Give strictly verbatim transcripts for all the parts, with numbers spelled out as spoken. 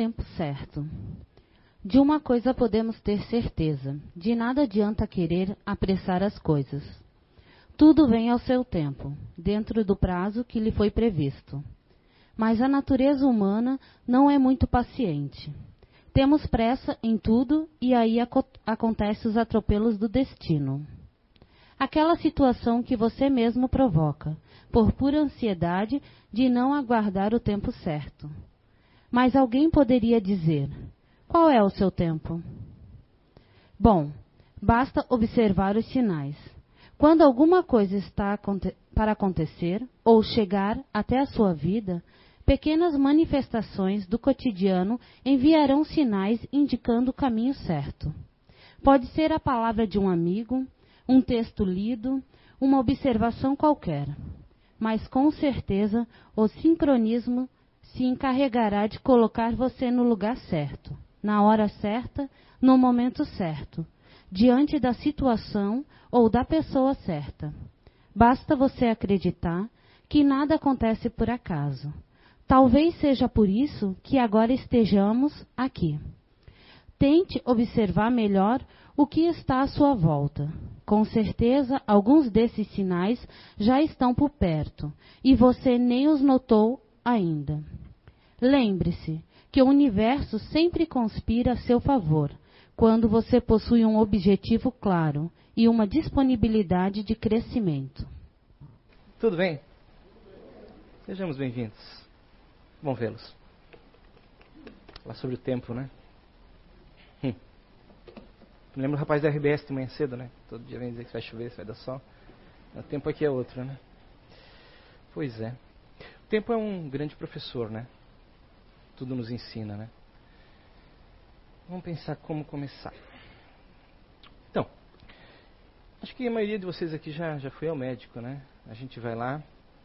tempo certo. De uma coisa podemos ter certeza: de nada adianta querer apressar as coisas. Tudo vem ao seu tempo, dentro do prazo que lhe foi previsto. Mas a natureza humana não é muito paciente. Temos pressa em tudo e aí aco- acontecem os atropelos do destino. Aquela situação que você mesmo provoca, por pura ansiedade de não aguardar o tempo certo. Mas alguém poderia dizer: qual é o seu tempo? Bom, basta observar os sinais. Quando alguma coisa está aconte- para acontecer ou chegar até a sua vida, pequenas manifestações do cotidiano enviarão sinais indicando o caminho certo. Pode ser a palavra de um amigo, um texto lido, uma observação qualquer. Mas com certeza o sincronismo se encarregará de colocar você no lugar certo, na hora certa, no momento certo, diante da situação ou da pessoa certa. Basta você acreditar que nada acontece por acaso. Talvez seja por isso que agora estejamos aqui. Tente observar melhor o que está à sua volta. Com certeza, alguns desses sinais já estão por perto e você nem os notou ainda. Lembre-se que o universo sempre conspira a seu favor, quando você possui um objetivo claro e uma disponibilidade de crescimento. Tudo bem? Sejamos bem-vindos. Bom vê-los. Falar sobre o tempo, né? Hum. Me lembro do rapaz da R B S de manhã cedo, né? Todo dia vem dizer que vai chover, vai dar sol. O tempo aqui é outro, né? Pois é. O tempo é um grande professor, né? Tudo nos ensina, né? Vamos pensar como começar. Então, acho que a maioria de vocês aqui já, já foi ao médico, né? A gente vai lá,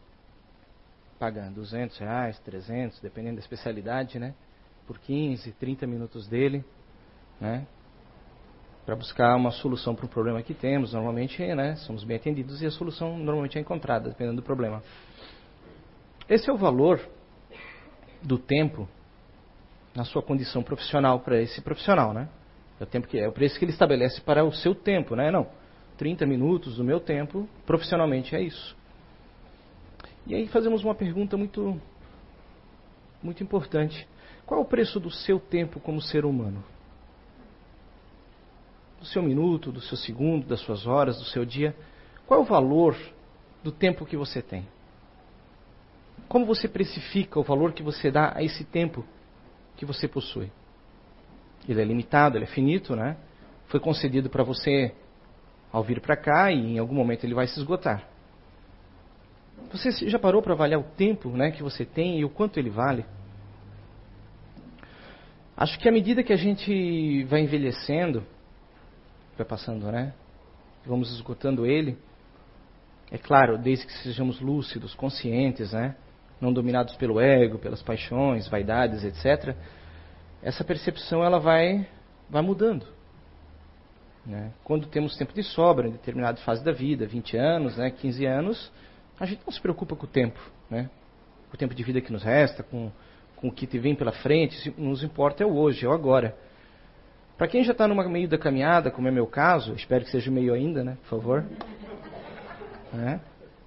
paga duzentos reais, trezentos, dependendo da especialidade, né? Por quinze, trinta minutos dele, né? Para buscar uma solução para o problema que temos. Normalmente, né? Somos bem atendidos e a solução normalmente é encontrada, dependendo do problema. Esse é o valor do tempo na sua condição profissional para esse profissional, né? É o tempo que é o preço que ele estabelece para o seu tempo, né? Não, trinta minutos do meu tempo, profissionalmente é isso. E aí fazemos uma pergunta muito, muito importante. Qual é o preço do seu tempo como ser humano? Do seu minuto, do seu segundo, das suas horas, do seu dia? Qual é o valor do tempo que você tem? Como você precifica o valor que você dá a esse tempo que você possui? Ele é limitado, ele é finito, né? Foi concedido para você ao vir para cá e em algum momento ele vai se esgotar. Você já parou para avaliar o tempo, né, que você tem e o quanto ele vale? Acho que à medida que a gente vai envelhecendo, vai passando, né? Vamos esgotando ele. É claro, desde que sejamos lúcidos, conscientes, né? Não dominados pelo ego, pelas paixões, vaidades, etcétera. Essa percepção ela vai, vai mudando. Né? Quando temos tempo de sobra em determinada fase da vida, vinte anos, né, quinze anos, a gente não se preocupa com o tempo, né? Com o tempo de vida que nos resta, com, com o que te vem pela frente, nos importa é o hoje, é o agora. Para quem já está no meio da caminhada, como é meu caso, espero que seja meio ainda, né, por favor. Né?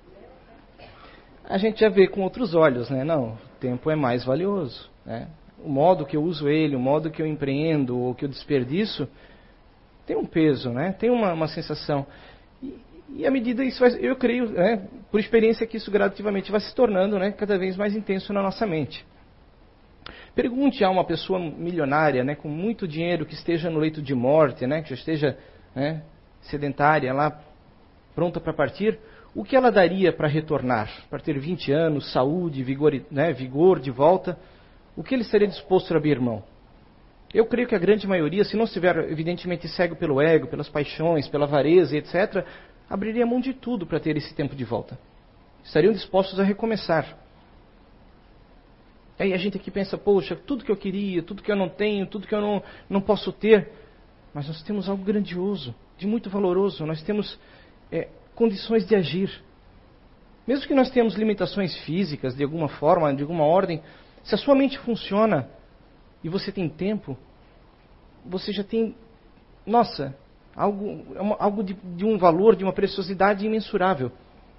A gente já vê com outros olhos, né? Não, o tempo é mais valioso, né? O modo que eu uso ele, o modo que eu empreendo, ou que eu desperdiço, tem um peso, né? Tem uma, uma sensação. E, e à medida isso vai, eu creio, né, por experiência, que isso gradativamente vai se tornando, né, cada vez mais intenso na nossa mente. Pergunte a uma pessoa milionária, né, com muito dinheiro, que esteja no leito de morte, né, que já esteja, né, sedentária, lá, pronta para partir, o que ela daria para retornar, para ter vinte anos, saúde, vigor, né, vigor de volta, o que ele estaria disposto a abrir mão? Eu creio que a grande maioria, se não estiver evidentemente cego pelo ego, pelas paixões, pela avareza, etcétera, abriria mão de tudo para ter esse tempo de volta. Estariam dispostos a recomeçar. Aí a gente aqui pensa, poxa, tudo que eu queria, tudo que eu não tenho, tudo que eu não, não posso ter. Mas nós temos algo grandioso, de muito valoroso. Nós temos é, condições de agir. Mesmo que nós tenhamos limitações físicas, de alguma forma, de alguma ordem, se a sua mente funciona, e você tem tempo, você já tem, nossa, algo, algo de, de um valor, de uma preciosidade imensurável.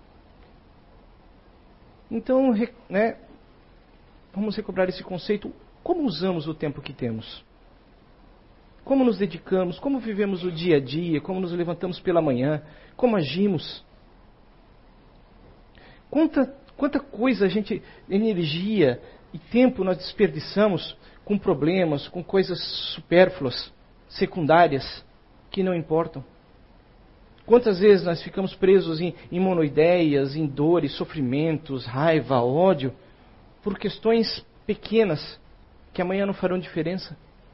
Então, né, vamos recobrar esse conceito. Como usamos o tempo que temos? Como nos dedicamos? Como vivemos o dia a dia? Como nos levantamos pela manhã? Como agimos? Quanta, quanta coisa a gente, energia e tempo nós desperdiçamos com problemas, com coisas supérfluas, secundárias, que não importam. Quantas vezes nós ficamos presos em, em monoideias, em dores, sofrimentos, raiva, ódio, por questões pequenas que amanhã não farão diferença.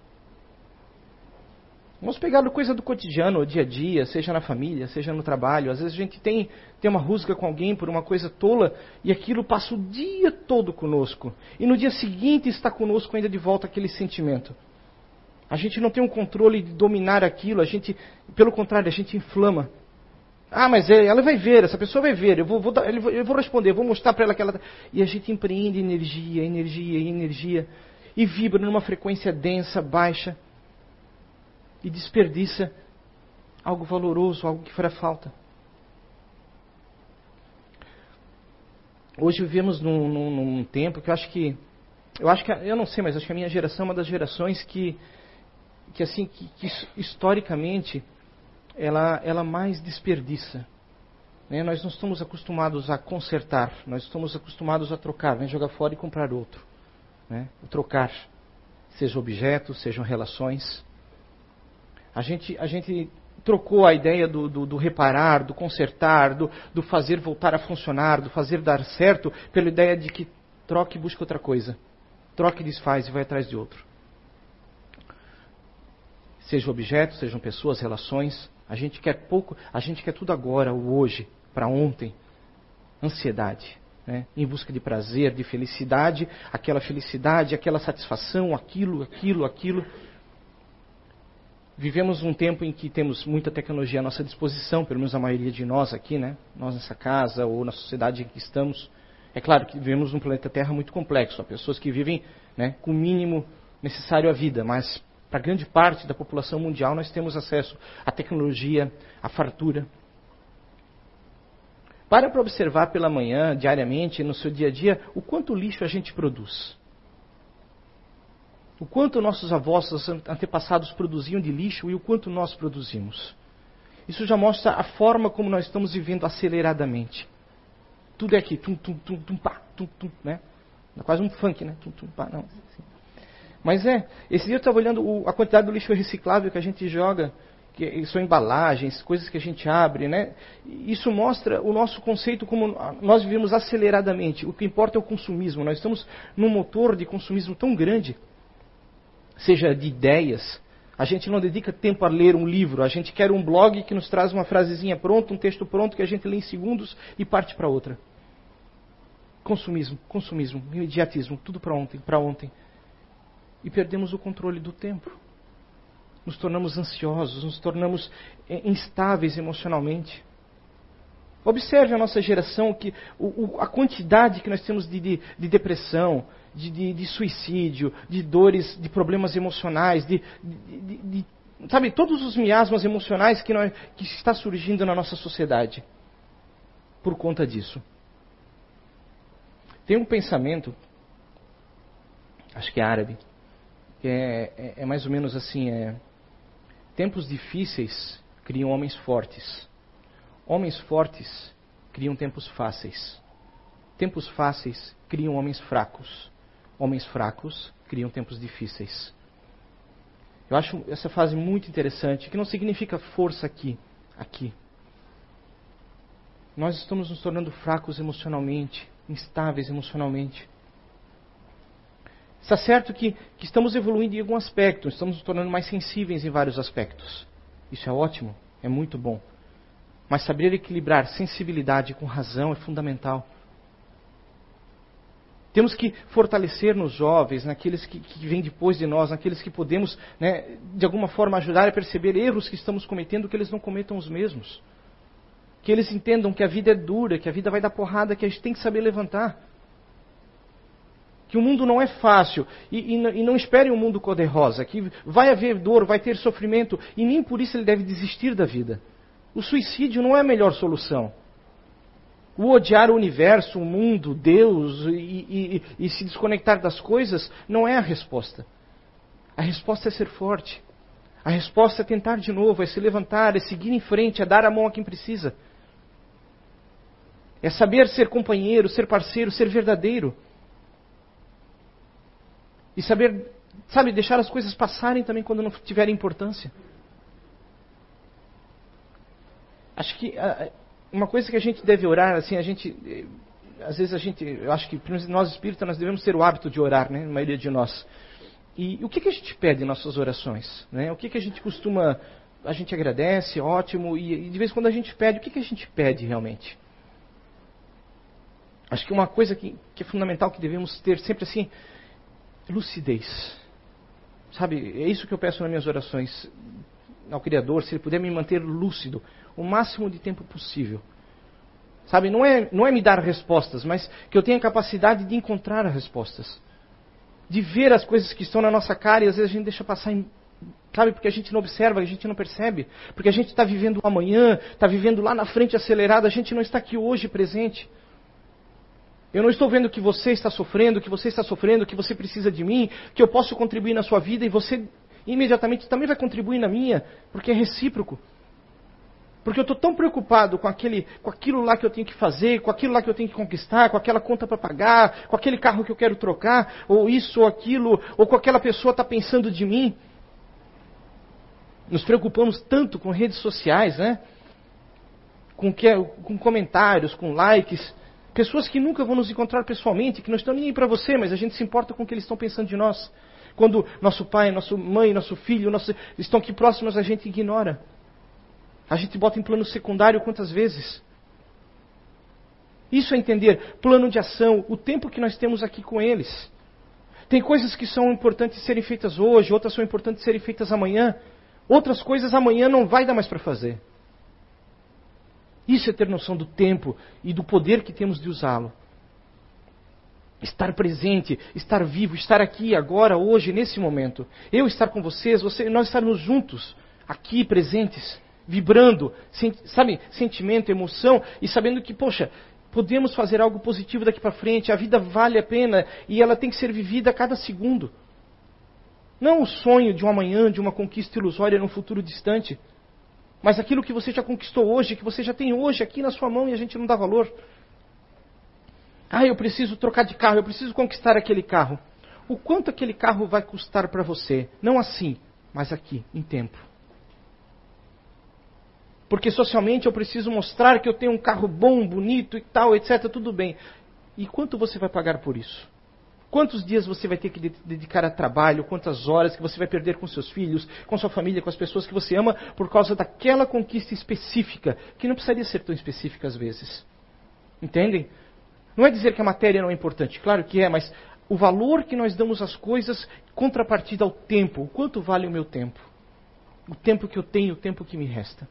Vamos pegar coisa do cotidiano, o dia a dia, seja na família, seja no trabalho. Às vezes a gente tem, tem uma rusga com alguém por uma coisa tola e aquilo passa o dia todo conosco. E no dia seguinte está conosco ainda de volta aquele sentimento. A gente não tem um controle de dominar aquilo, a gente, pelo contrário, a gente inflama. Ah, mas ela vai ver, essa pessoa vai ver, eu vou, vou, eu vou responder, eu vou mostrar para ela que ela... E a gente empreende energia, energia, energia, e vibra numa frequência densa, baixa, e desperdiça algo valoroso, algo que fará falta. Hoje vivemos num, num, num tempo que eu acho que, eu acho que, eu não sei, mas acho que a minha geração é uma das gerações que, que assim, que, que historicamente, ela, ela mais desperdiça. Né? Nós não estamos acostumados a consertar, nós estamos acostumados a trocar, vem jogar fora e comprar outro. Né? O trocar, seja objetos, sejam relações. A gente, a gente trocou a ideia do, do, do reparar, do consertar, do, do fazer voltar a funcionar, do fazer dar certo, pela ideia de que troque e busca outra coisa. Troque e desfaz e vai atrás de outro. Sejam objetos, sejam pessoas, relações. A gente quer pouco, a gente quer tudo agora, o hoje, para ontem. Ansiedade. Né? Em busca de prazer, de felicidade, aquela felicidade, aquela satisfação, aquilo, aquilo, aquilo. Vivemos um tempo em que temos muita tecnologia à nossa disposição, pelo menos a maioria de nós aqui, né? Nós nessa casa ou na sociedade em que estamos. É claro que vivemos num planeta Terra muito complexo. Há pessoas que vivem, né, com o mínimo necessário à vida, mas para grande parte da população mundial nós temos acesso à tecnologia, à fartura. Para para observar pela manhã, diariamente, no seu dia a dia, o quanto lixo a gente produz. O quanto nossos avós, nossos antepassados produziam de lixo e o quanto nós produzimos. Isso já mostra a forma como nós estamos vivendo aceleradamente. Tudo é aqui, tum, tum, tum, tum, pá, tum, tum, né? É quase um funk, né? Tum, tum, pá, não. Mas é, esse dia eu estava olhando o, a quantidade do lixo reciclável que a gente joga, que são embalagens, coisas que a gente abre, né? Isso mostra o nosso conceito como nós vivemos aceleradamente. O que importa é o consumismo. Nós estamos num motor de consumismo tão grande, seja de ideias. A gente não dedica tempo a ler um livro, a gente quer um blog que nos traz uma frasezinha pronta, um texto pronto que a gente lê em segundos e parte para outra. Consumismo, consumismo, imediatismo, tudo para ontem, para ontem. E perdemos o controle do tempo. Nos tornamos ansiosos, nos tornamos instáveis emocionalmente. Observe a nossa geração, que o, o, a quantidade que nós temos de, de, de depressão, de, de, de suicídio, de dores, de problemas emocionais, de, de, de, de sabe, todos os miasmas emocionais que, nós, que está surgindo na nossa sociedade por conta disso. Tem um pensamento, acho que é árabe, que é, é, é mais ou menos assim, é, tempos difíceis criam homens fortes. Homens fortes criam tempos fáceis. Tempos fáceis criam homens fracos. Homens fracos criam tempos difíceis. Eu acho essa frase muito interessante, que não significa força aqui, aqui. Nós estamos nos tornando fracos emocionalmente, instáveis emocionalmente. Está certo que, que estamos evoluindo em algum aspecto, estamos nos tornando mais sensíveis em vários aspectos. Isso é ótimo, é muito bom. Mas saber equilibrar sensibilidade com razão é fundamental. Temos que fortalecer nos jovens, naqueles que, que vêm depois de nós, naqueles que podemos, né, de alguma forma, ajudar a perceber erros que estamos cometendo, que eles não cometam os mesmos. Que eles entendam que a vida é dura, que a vida vai dar porrada, que a gente tem que saber levantar. Que o mundo não é fácil. E, e, e não espere um mundo cor-de-rosa. Que vai haver dor, vai ter sofrimento. E nem por isso ele deve desistir da vida. O suicídio não é a melhor solução. O odiar o universo, o mundo, Deus e, e, e se desconectar das coisas não é a resposta. A resposta é ser forte. A resposta é tentar de novo, é se levantar, é seguir em frente, é dar a mão a quem precisa. É saber ser companheiro, ser parceiro, ser verdadeiro. E saber, sabe, deixar as coisas passarem também quando não tiverem importância. Acho que uma coisa que a gente deve orar, assim, a gente, às vezes a gente, eu acho que nós espíritas nós devemos ter o hábito de orar, né, a maioria de nós. E o que, que a gente pede em nossas orações? Né? O que, que a gente costuma, a gente agradece, ótimo, e, e de vez em quando a gente pede, o que, que a gente pede realmente? Acho que uma coisa que, que é fundamental, que devemos ter sempre assim, lucidez. Sabe, é isso que eu peço nas minhas orações ao Criador, se Ele puder me manter lúcido o máximo de tempo possível. Sabe, não é, não é me dar respostas, mas que eu tenha a capacidade de encontrar as respostas. De ver as coisas que estão na nossa cara e às vezes a gente deixa passar, em, sabe, porque a gente não observa, a gente não percebe. Porque a gente está vivendo o amanhã, está vivendo lá na frente acelerado, a gente não está aqui hoje presente. Eu não estou vendo que você está sofrendo, que você está sofrendo, que você precisa de mim, que eu posso contribuir na sua vida e você imediatamente também vai contribuir na minha, porque é recíproco. Porque eu estou tão preocupado com, aquele, com aquilo lá que eu tenho que fazer, com aquilo lá que eu tenho que conquistar, com aquela conta para pagar, com aquele carro que eu quero trocar, ou isso ou aquilo, ou com aquela pessoa está pensando de mim. Nos preocupamos tanto com redes sociais, né? Com, que, com comentários, com likes. Pessoas que nunca vão nos encontrar pessoalmente, que não estão nem aí para você, mas a gente se importa com o que eles estão pensando de nós. Quando nosso pai, nossa mãe, nosso filho nosso, estão aqui próximos, a gente ignora. A gente bota em plano secundário quantas vezes? Isso é entender plano de ação, o tempo que nós temos aqui com eles. Tem coisas que são importantes serem feitas hoje, outras são importantes serem feitas amanhã. Outras coisas amanhã não vai dar mais para fazer. Isso é ter noção do tempo e do poder que temos de usá-lo. Estar presente, estar vivo, estar aqui, agora, hoje, nesse momento. Eu estar com vocês, você, nós estarmos juntos, aqui, presentes, vibrando, sent, sabe, sentimento, emoção, e sabendo que, poxa, podemos fazer algo positivo daqui para frente, a vida vale a pena e ela tem que ser vivida a cada segundo. Não o sonho de um amanhã, de uma conquista ilusória num futuro distante, mas aquilo que você já conquistou hoje, que você já tem hoje aqui na sua mão e a gente não dá valor. Ah, eu preciso trocar de carro, eu preciso conquistar aquele carro. O quanto aquele carro vai custar para você? Não assim, mas aqui, em tempo. Porque socialmente eu preciso mostrar que eu tenho um carro bom, bonito e tal, etcétera. Tudo bem. E quanto você vai pagar por isso? Quantos dias você vai ter que dedicar a trabalho? Quantas horas que você vai perder com seus filhos, com sua família, com as pessoas que você ama, por causa daquela conquista específica, que não precisaria ser tão específica às vezes. Entendem? Não é dizer que a matéria não é importante, claro que é, mas o valor que nós damos às coisas, contrapartida ao tempo. O quanto vale o meu tempo? O tempo que eu tenho, o tempo que me resta.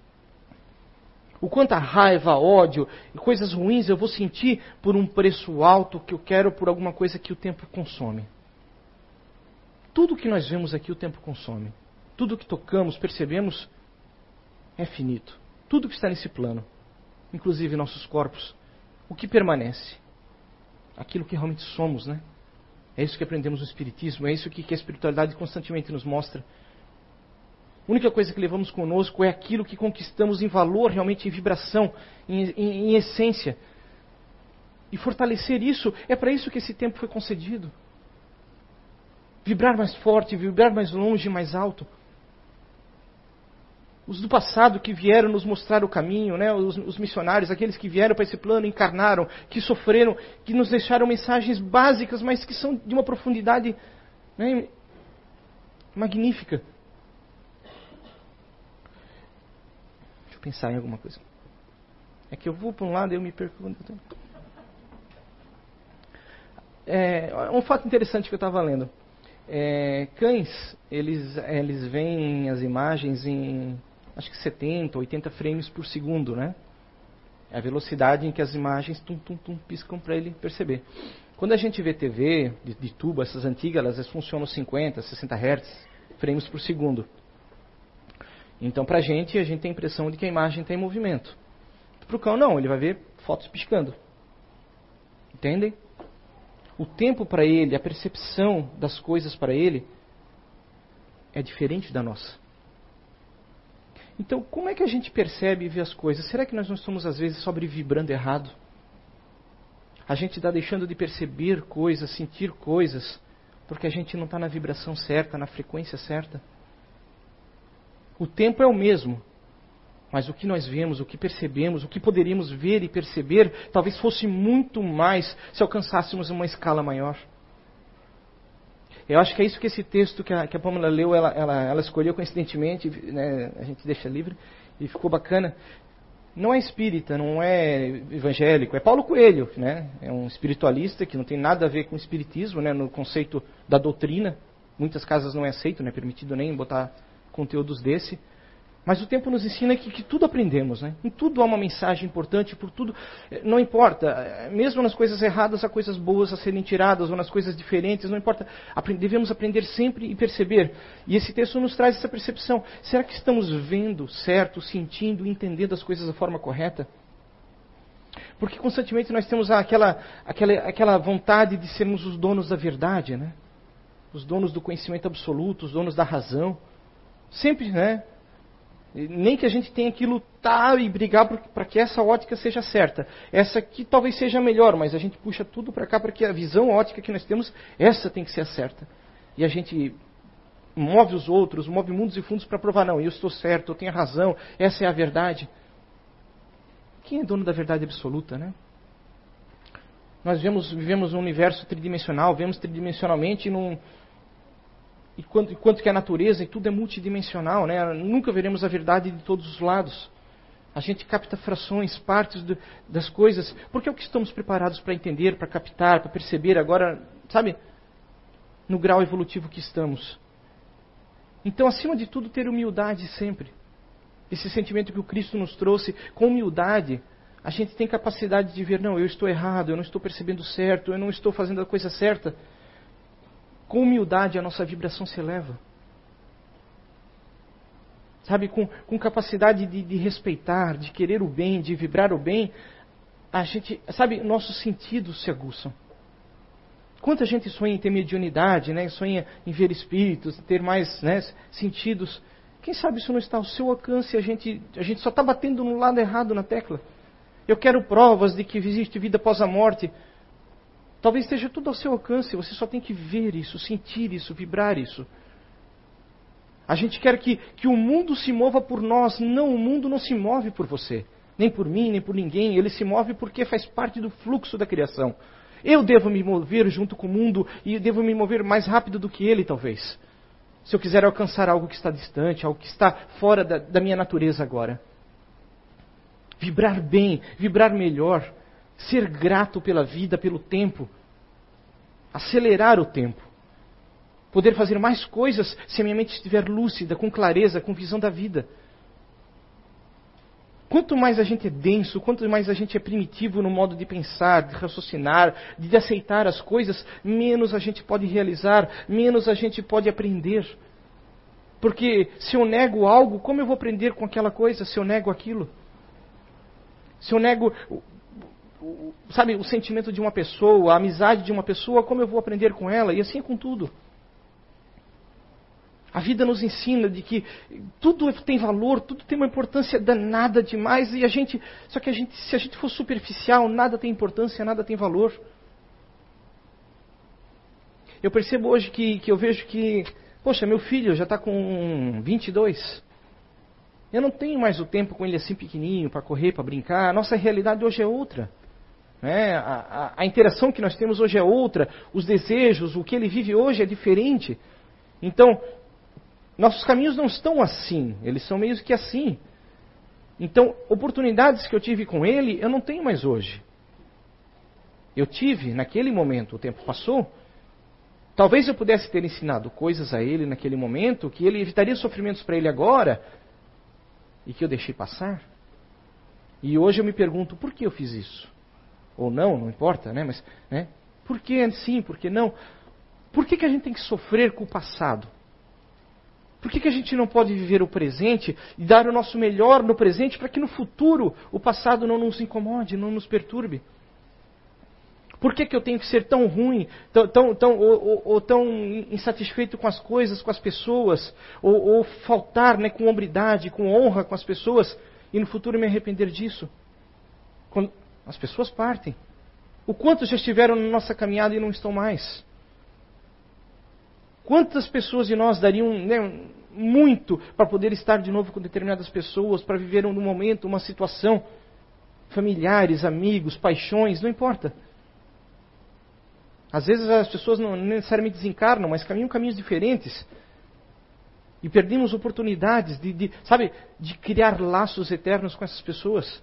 O quanto a raiva, ódio e coisas ruins eu vou sentir por um preço alto que eu quero, por alguma coisa que o tempo consome. Tudo que nós vemos aqui o tempo consome. Tudo que tocamos, percebemos, é finito. Tudo que está nesse plano, inclusive nossos corpos, o que permanece? Aquilo que realmente somos, né? É isso que aprendemos no Espiritismo, é isso que a espiritualidade constantemente nos mostra. A única coisa que levamos conosco é aquilo que conquistamos em valor, realmente em vibração, em, em, em essência. E fortalecer isso, é para isso que esse tempo foi concedido. Vibrar mais forte, vibrar mais longe, mais alto. Os do passado que vieram nos mostrar o caminho, né? os, os missionários, aqueles que vieram para esse plano, encarnaram, que sofreram, que nos deixaram mensagens básicas, mas que são de uma profundidade, né, magnífica. Pensar em alguma coisa. É que eu vou para um lado e eu me perco. É, um fato interessante que eu estava lendo. É, cães, eles, eles veem as imagens em, acho que setenta, oitenta frames por segundo, né? É a velocidade em que as imagens tum, tum, tum, piscam para ele perceber. Quando a gente vê T V de, de tubo, essas antigas, elas funcionam cinquenta, sessenta hertz, frames por segundo. Então, para a gente, a gente tem a impressão de que a imagem está em movimento. Para o cão, não, ele vai ver fotos piscando. Entendem? O tempo para ele, a percepção das coisas para ele, é diferente da nossa. Então, como é que a gente percebe e vê as coisas? Será que nós não estamos, às vezes, sobrevibrando errado? A gente está deixando de perceber coisas, sentir coisas, porque a gente não está na vibração certa, na frequência certa. O tempo é o mesmo, mas o que nós vemos, o que percebemos, o que poderíamos ver e perceber, talvez fosse muito mais se alcançássemos uma escala maior. Eu acho que é isso que esse texto que a, que a Pamela leu, ela, ela, ela escolheu coincidentemente, né, a gente deixa livre, e ficou bacana. Não é espírita, não é evangélico, é Paulo Coelho, né? É um espiritualista que não tem nada a ver com espiritismo, né? No conceito da doutrina. Muitas casas não é aceito, não é permitido nem botar conteúdos desse. Mas o tempo nos ensina que, que tudo aprendemos, né? Em tudo há uma mensagem importante, por tudo, não importa, mesmo nas coisas erradas há coisas boas a serem tiradas, ou nas coisas diferentes, não importa, devemos aprender sempre e perceber. E esse texto nos traz essa percepção. Será que estamos vendo certo, sentindo, entendendo as coisas da forma correta? Porque constantemente nós temos aquela, aquela, aquela vontade de sermos os donos da verdade, né? Os donos do conhecimento absoluto, os donos da razão. Sempre, né? Nem que a gente tenha que lutar e brigar para que essa ótica seja certa. Essa aqui talvez seja melhor, mas a gente puxa tudo para cá para que a visão ótica que nós temos, essa tem que ser a certa. E a gente move os outros, move mundos e fundos para provar, não, eu estou certo, eu tenho razão, essa é a verdade. Quem é dono da verdade absoluta, né? Nós vemos, vivemos num universo tridimensional, vemos tridimensionalmente num... E quanto, e quanto que a natureza e tudo é multidimensional, né? Nunca veremos a verdade de todos os lados. A gente capta frações, partes do, das coisas, porque é o que estamos preparados para entender, para captar, para perceber agora, sabe? No grau evolutivo que estamos. Então, acima de tudo, ter humildade sempre. Esse sentimento que o Cristo nos trouxe, com humildade, a gente tem capacidade de ver, não, eu estou errado, eu não estou percebendo certo, eu não estou fazendo a coisa certa. Com humildade a nossa vibração se eleva. Sabe, com, com capacidade de, de respeitar, de querer o bem, de vibrar o bem, a gente, sabe, nossos sentidos se aguçam. Quanta gente sonha em ter mediunidade, né? Sonha em ver espíritos, ter mais, né, sentidos. Quem sabe isso não está ao seu alcance e a gente, a gente só está batendo no lado errado na tecla. Eu quero provas de que existe vida após a morte. Talvez esteja tudo ao seu alcance, você só tem que ver isso, sentir isso, vibrar isso. A gente quer que, que o mundo se mova por nós. Não, o mundo não se move por você. Nem por mim, nem por ninguém. Ele se move porque faz parte do fluxo da criação. Eu devo me mover junto com o mundo e devo me mover mais rápido do que ele, talvez. Se eu quiser alcançar algo que está distante, algo que está fora da, da minha natureza agora. Vibrar bem, vibrar melhor. Ser grato pela vida, pelo tempo. Acelerar o tempo. Poder fazer mais coisas se a minha mente estiver lúcida, com clareza, com visão da vida. Quanto mais a gente é denso, quanto mais a gente é primitivo no modo de pensar, de raciocinar, de aceitar as coisas, menos a gente pode realizar, menos a gente pode aprender. Porque se eu nego algo, como eu vou aprender com aquela coisa se eu nego aquilo? Se eu nego... Sabe, o sentimento de uma pessoa, a amizade de uma pessoa, como eu vou aprender com ela? E assim é com tudo. A vida nos ensina de que tudo tem valor, tudo tem uma importância danada demais, e a gente, só que a gente, se a gente for superficial, nada tem importância, nada tem valor. Eu percebo hoje que, que eu vejo que, poxa, meu filho já está com vinte e dois. Eu não tenho mais o tempo com ele assim pequenininho, para correr, para brincar. A nossa realidade hoje é outra. É, a, a, a interação que nós temos hoje é outra, os desejos, o que ele vive hoje é diferente. Então, nossos caminhos não estão assim, eles são meio que assim. Então, oportunidades que eu tive com ele, eu não tenho mais hoje. Eu tive naquele momento, o tempo passou. Talvez eu pudesse ter ensinado coisas a ele naquele momento, que ele evitaria sofrimentos para ele agora, e que eu deixei passar. E hoje eu me pergunto, por que eu fiz isso? Ou não, não importa, né? Mas, né? Por que sim, por que não? Por que, que a gente tem que sofrer com o passado? Por que, que a gente não pode viver o presente e dar o nosso melhor no presente para que no futuro o passado não nos incomode, não nos perturbe? Por que, que eu tenho que ser tão ruim, tão, tão, tão, ou, ou, ou tão insatisfeito com as coisas, com as pessoas, ou, ou faltar, né, com hombridade, com honra com as pessoas, e no futuro me arrepender disso? Quando as pessoas partem. O quanto já estiveram na nossa caminhada e não estão mais? Quantas pessoas de nós dariam, né, muito para poder estar de novo com determinadas pessoas, para viver um momento, uma situação, familiares, amigos, paixões, não importa. Às vezes as pessoas não necessariamente desencarnam, mas caminham caminhos diferentes. E perdemos oportunidades de, de, sabe, de criar laços eternos com essas pessoas.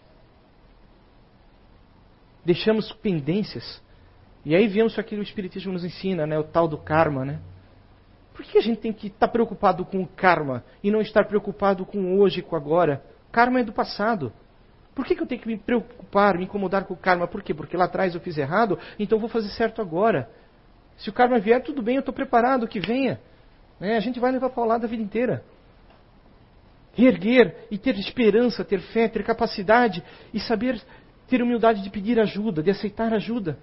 Deixamos pendências. E aí vemos aquilo que o Espiritismo nos ensina, né, o tal do karma, né? Por que a gente tem que estar preocupado com o karma e não estar preocupado com o hoje e com o agora? Karma é do passado. Por que, que eu tenho que me preocupar, me incomodar com o karma? Por quê? Porque lá atrás eu fiz errado, então eu vou fazer certo agora. Se o karma vier, tudo bem, eu estou preparado, que venha. É, a gente vai levar para o lado a vida inteira. Reerguer e ter esperança, ter fé, ter capacidade e saber ter humildade de pedir ajuda, de aceitar ajuda.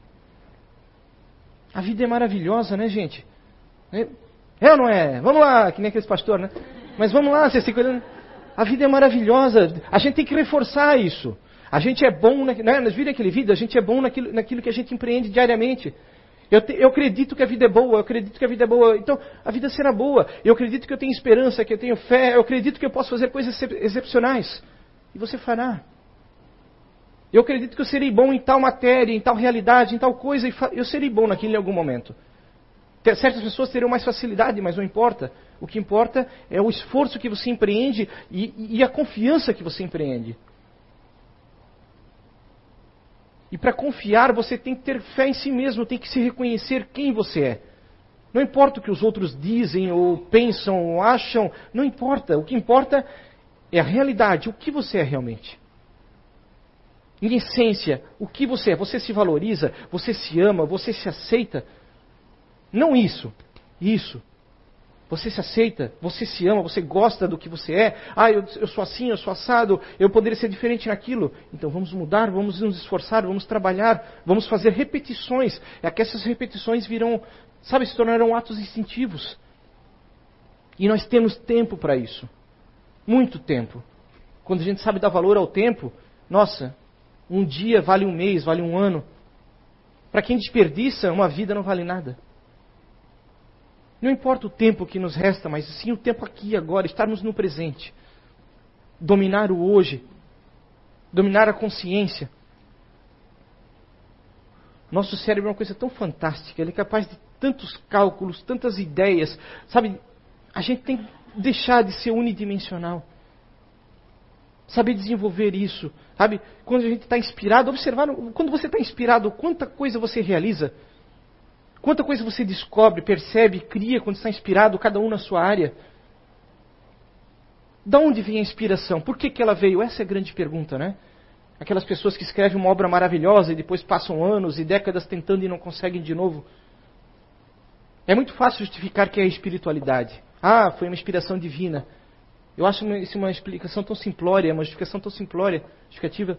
A vida é maravilhosa, né, gente? É ou não é? Vamos lá, que nem aqueles pastores, né? Mas vamos lá, vocês ficam olhando. A vida é maravilhosa. A gente tem que reforçar isso. A gente é bom, na, né? Nós viram aquele vídeo, a gente é bom naquilo, naquilo que a gente empreende diariamente. Eu, te, eu acredito que a vida é boa, eu acredito que a vida é boa. Então, a vida será boa. Eu acredito que eu tenho esperança, que eu tenho fé, eu acredito que eu posso fazer coisas excepcionais. E você fará. Eu acredito que eu serei bom em tal matéria, em tal realidade, em tal coisa, e eu serei bom naquilo em algum momento. Certas pessoas terão mais facilidade, mas não importa. O que importa é o esforço que você empreende e, e a confiança que você empreende. E para confiar, você tem que ter fé em si mesmo, tem que se reconhecer quem você é. Não importa o que os outros dizem, ou pensam, ou acham, não importa. O que importa é a realidade, o que você é realmente. Em essência, o que você é? Você se valoriza, você se ama, você se aceita. Não isso, isso. Você se aceita, você se ama, você gosta do que você é. Ah, eu, eu sou assim, eu sou assado, eu poderia ser diferente naquilo. Então vamos mudar, vamos nos esforçar, vamos trabalhar, vamos fazer repetições. É que essas repetições virão, sabe, se tornarão atos instintivos. E nós temos tempo para isso. Muito tempo. Quando a gente sabe dar valor ao tempo, nossa, um dia vale um mês, vale um ano. Para quem desperdiça, uma vida não vale nada. Não importa o tempo que nos resta, mas sim o tempo aqui agora, estarmos no presente. Dominar o hoje. Dominar a consciência. Nosso cérebro é uma coisa tão fantástica, ele é capaz de tantos cálculos, tantas ideias. Sabe, a gente tem que deixar de ser unidimensional. Saber desenvolver isso. Sabe, quando a gente está inspirado, observar, quando você está inspirado, quanta coisa você realiza. Quanta coisa você descobre, percebe, cria quando está inspirado, cada um na sua área. Da onde vem a inspiração? Por que, que ela veio? Essa é a grande pergunta, né? Aquelas pessoas que escrevem uma obra maravilhosa e depois passam anos e décadas tentando e não conseguem de novo. É muito fácil justificar que é a espiritualidade. Ah, foi uma inspiração divina. Eu acho isso uma explicação tão simplória, uma justificação tão simplória, justificativa.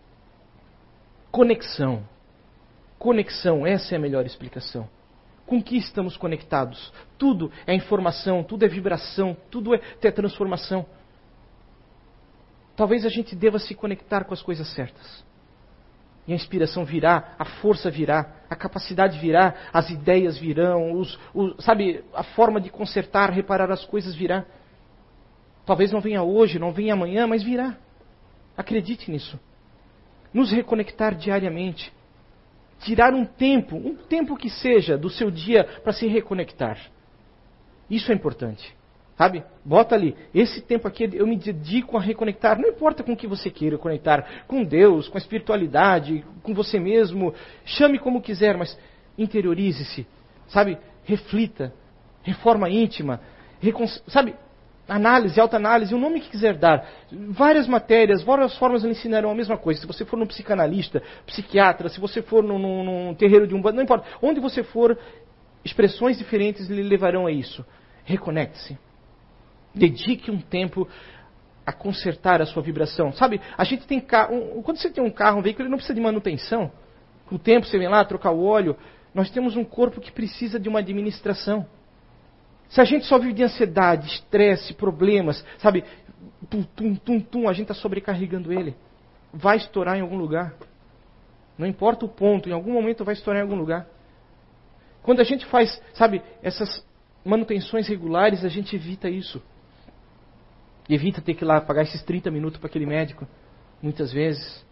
Conexão. Conexão, essa é a melhor explicação. Com que estamos conectados? Tudo é informação, tudo é vibração, tudo é transformação. Talvez a gente deva se conectar com as coisas certas. E a inspiração virá, a força virá, a capacidade virá, as ideias virão, os, os, sabe, a forma de consertar, reparar as coisas virá. Talvez não venha hoje, não venha amanhã, mas virá. Acredite nisso. Nos reconectar diariamente. Tirar um tempo, um tempo que seja do seu dia para se reconectar. Isso é importante. Sabe? Bota ali, esse tempo aqui eu me dedico a reconectar. Não importa com o que você queira conectar. Com Deus, com a espiritualidade, com você mesmo. Chame como quiser, mas interiorize-se. Sabe? Reflita. Reforma íntima. Recon... Sabe? análise, autoanálise, o nome que quiser dar. Várias matérias, várias formas lhe ensinarão a mesma coisa. Se você for num psicanalista, psiquiatra, se você for num, num, num terreiro de umbanda, não importa. Onde você for, expressões diferentes lhe levarão a isso. Reconecte-se. Dedique um tempo a consertar a sua vibração. Sabe, a gente tem carro, quando você tem um carro, um veículo, ele não precisa de manutenção. Com o tempo você vem lá, trocar o óleo. Nós temos um corpo que precisa de uma administração. Se a gente só vive de ansiedade, estresse, problemas, sabe, tum, tum, tum, tum, a gente está sobrecarregando ele. Vai estourar em algum lugar. Não importa o ponto, em algum momento vai estourar em algum lugar. Quando a gente faz, sabe, essas manutenções regulares, a gente evita isso. Evita ter que ir lá pagar esses trinta minutos para aquele médico, muitas vezes.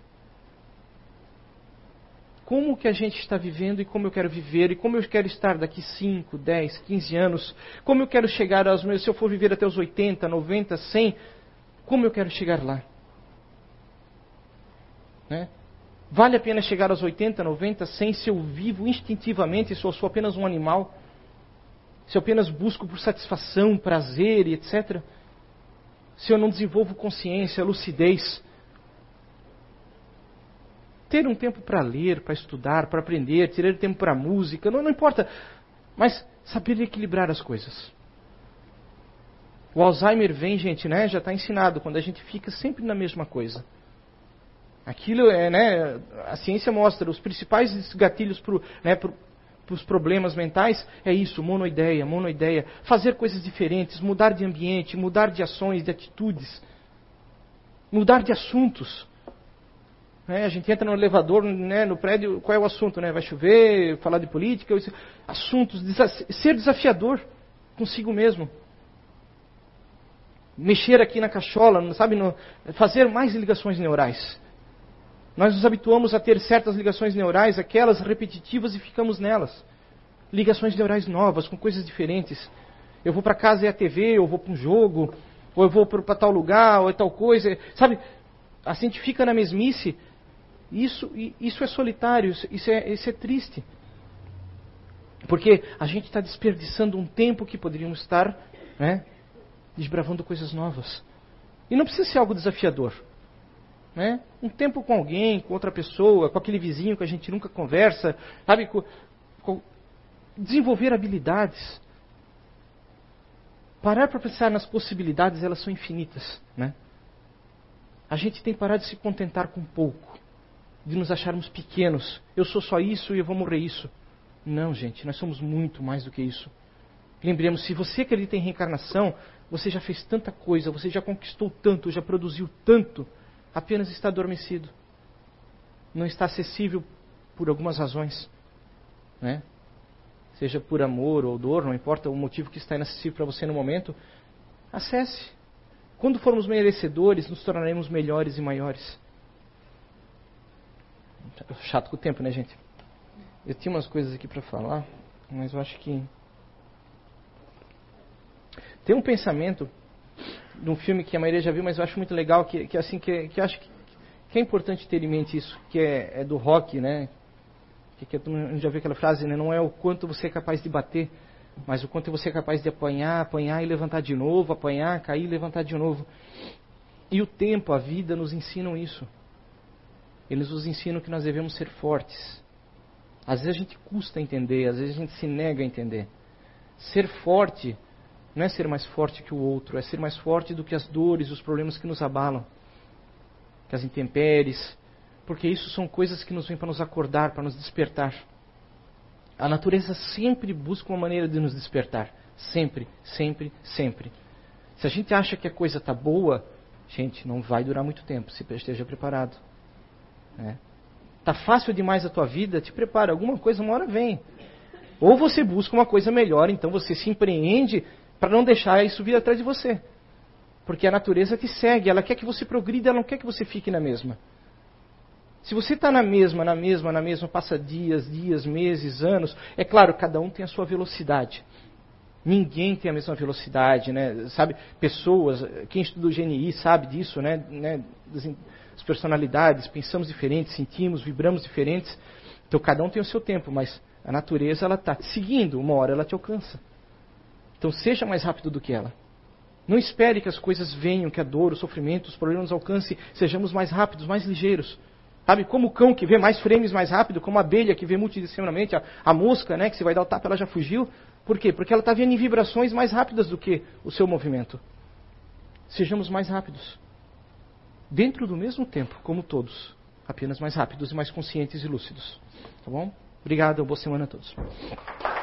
Como que a gente está vivendo e como eu quero viver e como eu quero estar daqui cinco, dez, quinze anos. Como eu quero chegar aos meus, se eu for viver até os oitenta, noventa, cem, como eu quero chegar lá? Né? Vale a pena chegar aos oitenta, noventa, cem se eu vivo instintivamente, se eu sou apenas um animal? Se eu apenas busco por satisfação, prazer e etcétera? Se eu não desenvolvo consciência, lucidez? Ter um tempo para ler, para estudar, para aprender, ter tempo para música, não, não importa. Mas saber equilibrar as coisas. O Alzheimer vem, gente, né? Já está ensinado, quando a gente fica sempre na mesma coisa. Aquilo é, né? A ciência mostra, os principais gatilhos para né, os problemas mentais é isso, monoideia, monoideia. Fazer coisas diferentes, mudar de ambiente, mudar de ações, de atitudes. Mudar de assuntos. É, a gente entra no elevador, né, no prédio, qual é o assunto? Né? Vai chover, falar de política, assuntos, ser desafiador consigo mesmo. Mexer aqui na cachola, sabe, no, fazer mais ligações neurais. Nós nos habituamos a ter certas ligações neurais, aquelas repetitivas, e ficamos nelas. Ligações neurais novas, com coisas diferentes. Eu vou para casa e a T V, eu vou para um jogo, ou eu vou para tal lugar, ou é tal coisa. Sabe, a gente fica na mesmice. Isso, isso é solitário, isso é, isso é triste. Porque a gente está desperdiçando um tempo que poderíamos estar, né, desbravando coisas novas. E não precisa ser algo desafiador. Né? Um tempo com alguém, com outra pessoa, com aquele vizinho que a gente nunca conversa. Sabe? Com, com, desenvolver habilidades. Parar para pensar nas possibilidades, elas são infinitas. Né? A gente tem que parar de se contentar com pouco. De nos acharmos pequenos. Eu sou só isso e eu vou morrer isso. Não, gente, nós somos muito mais do que isso. Lembremos, se você acredita em reencarnação, você já fez tanta coisa, você já conquistou tanto, já produziu tanto, apenas está adormecido. Não está acessível por algumas razões. Né? Seja por amor ou dor, não importa o motivo que está inacessível para você no momento, acesse. Quando formos merecedores, nos tornaremos melhores e maiores. Chato com o tempo, né, gente? Eu tinha umas coisas aqui para falar, mas eu acho que... Tem um pensamento de um filme que a maioria já viu, mas eu acho muito legal, que, que assim, que, que eu acho que, que é importante ter em mente isso, que é, é do Rock, né? Que, que a gente já viu aquela frase, né? Não é o quanto você é capaz de bater, mas o quanto você é capaz de apanhar, apanhar e levantar de novo, apanhar, cair e levantar de novo. E o tempo, a vida nos ensinam isso. Eles nos ensinam que nós devemos ser fortes. Às vezes a gente custa entender, às vezes a gente se nega a entender. Ser forte não é ser mais forte que o outro, é ser mais forte do que as dores, os problemas que nos abalam, que as intempéries, porque isso são coisas que nos vêm para nos acordar, para nos despertar. A natureza sempre busca uma maneira de nos despertar. Sempre, sempre, sempre. Se a gente acha que a coisa está boa, gente, não vai durar muito tempo, se esteja preparado. É. Tá fácil demais a tua vida, te prepara, alguma coisa uma hora vem. Ou você busca uma coisa melhor, então você se empreende para não deixar isso vir atrás de você. Porque a natureza te segue, ela quer que você progrida, ela não quer que você fique na mesma. Se você está na mesma, na mesma, na mesma, passa dias, dias, meses, anos, é claro, cada um tem a sua velocidade. Ninguém tem a mesma velocidade, né? Sabe, pessoas, quem estuda o G N I sabe disso, né? né? As personalidades, pensamos diferentes, sentimos, vibramos diferentes. Então cada um tem o seu tempo, mas a natureza ela está te seguindo, uma hora ela te alcança. Então seja mais rápido do que ela. Não espere que as coisas venham, que a dor, o sofrimento, os problemas nos alcancem. Sejamos mais rápidos, mais ligeiros. Sabe, como o cão que vê mais frames mais rápido, como a abelha que vê multidisseminadamente, a, a mosca, né, que você vai dar o tapa, ela já fugiu. Por quê? Porque ela está vendo em vibrações mais rápidas do que o seu movimento. Sejamos mais rápidos. Dentro do mesmo tempo, como todos. Apenas mais rápidos e mais conscientes e lúcidos. Tá bom? Obrigado, boa semana a todos.